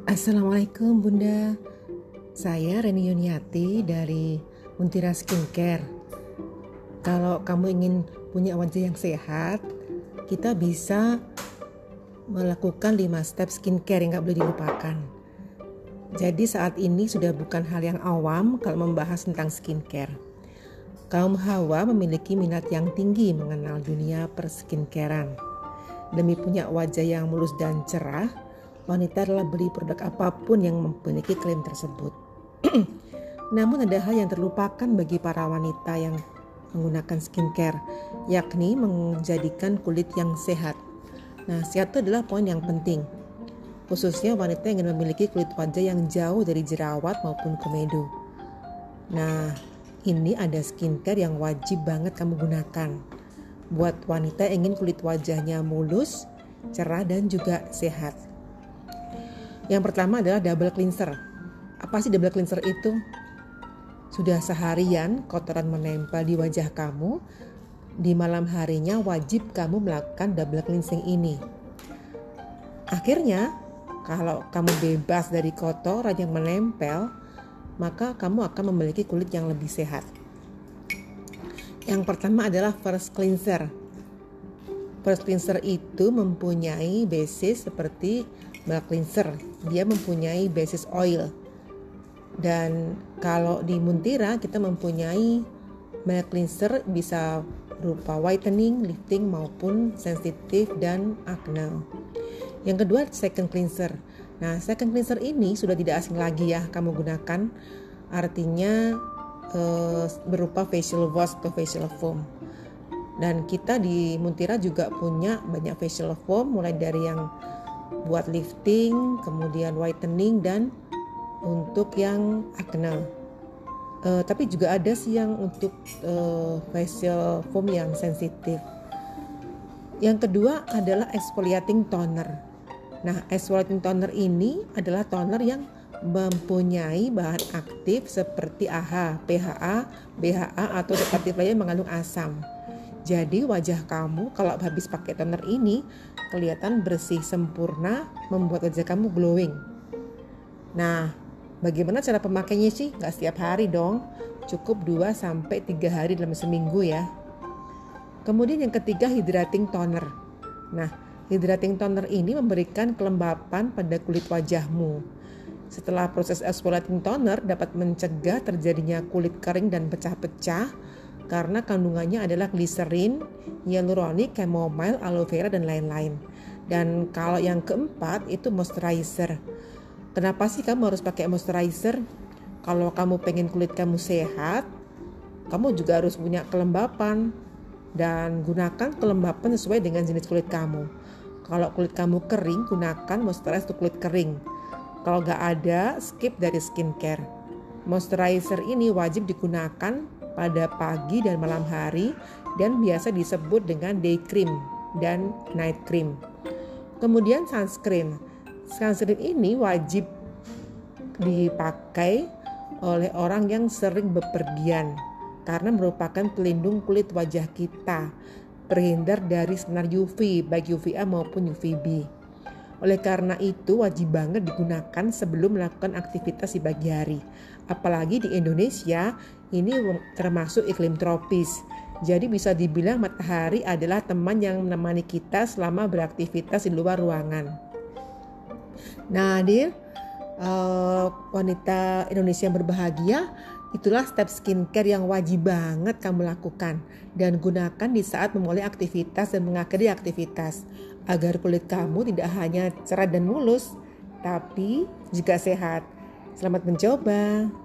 Assalamualaikum Bunda, saya Reni Yuniati dari Muntira Skincare. Kalau kamu ingin punya wajah yang sehat, kita bisa melakukan 5 step skincare yang gak boleh dilupakan. Jadi saat ini sudah bukan hal yang awam kalau membahas tentang skincare. Kaum hawa memiliki minat yang tinggi mengenal dunia perskincarean. Demi punya wajah yang mulus dan cerah, wanita adalah beli produk apapun yang memiliki klaim tersebut. Namun ada hal yang terlupakan bagi para wanita yang menggunakan skincare, yakni menjadikan kulit yang sehat. Nah, sehat itu adalah poin yang penting, khususnya wanita yang ingin memiliki kulit wajah yang jauh dari jerawat maupun komedo. Nah, ini ada skincare yang wajib banget kamu gunakan buat wanita yang ingin kulit wajahnya mulus, cerah, dan juga sehat. Yang pertama adalah double cleanser. Apa sih double cleanser itu? Sudah seharian kotoran menempel di wajah kamu, di malam harinya wajib kamu melakukan double cleansing ini. Akhirnya, kalau kamu bebas dari kotoran yang menempel, maka kamu akan memiliki kulit yang lebih sehat. Yang pertama adalah first cleanser. First cleanser itu mempunyai basis seperti milk cleanser. Dia mempunyai basis oil. Dan kalau di Muntira kita mempunyai milk cleanser bisa berupa whitening, lifting maupun sensitif dan acne. Yang kedua second cleanser. Nah, second cleanser ini sudah tidak asing lagi ya kamu gunakan. Artinya berupa facial wash atau facial foam. Dan kita di Muntira juga punya banyak facial foam, mulai dari yang buat lifting, kemudian whitening, dan untuk yang acne. Tapi juga ada sih yang untuk facial foam yang sensitif. Yang kedua adalah exfoliating toner. Nah, exfoliating toner ini adalah toner yang mempunyai bahan aktif seperti AHA, PHA, BHA atau aktif lainnya mengandung asam. Jadi wajah kamu kalau habis pakai toner ini kelihatan bersih sempurna, membuat wajah kamu glowing. Nah, bagaimana cara pemakainya sih? Gak setiap hari dong, cukup 2-3 hari dalam seminggu ya. Kemudian yang ketiga hydrating toner. Nah, hydrating toner ini memberikan kelembapan pada kulit wajahmu. Setelah proses exfoliating toner dapat mencegah terjadinya kulit kering dan pecah-pecah karena kandungannya adalah glycerin, hyaluronic, chamomile, aloe vera, dan lain-lain. Dan kalau yang keempat itu moisturizer. Kenapa sih kamu harus pakai moisturizer? Kalau kamu pengen kulit kamu sehat, kamu juga harus punya kelembapan. Dan gunakan kelembapan sesuai dengan jenis kulit kamu. Kalau kulit kamu kering, gunakan moisturizer untuk kulit kering. Kalau gak ada, skip dari skincare. Moisturizer ini wajib digunakan pada pagi dan malam hari dan biasa disebut dengan day cream dan night cream. Kemudian sunscreen. Sunscreen ini wajib dipakai oleh orang yang sering bepergian karena merupakan pelindung kulit wajah kita, terhindar dari sinar UV baik UVA maupun UVB. Oleh karena itu wajib banget digunakan sebelum melakukan aktivitas di pagi hari. Apalagi di Indonesia ini termasuk iklim tropis. Jadi bisa dibilang matahari adalah teman yang menemani kita selama beraktivitas di luar ruangan. Nah, wanita Indonesia yang berbahagia, itulah step skincare yang wajib banget kamu lakukan dan gunakan di saat memulai aktivitas dan mengakhiri aktivitas agar kulit kamu tidak hanya cerah dan mulus, tapi juga sehat. Selamat mencoba.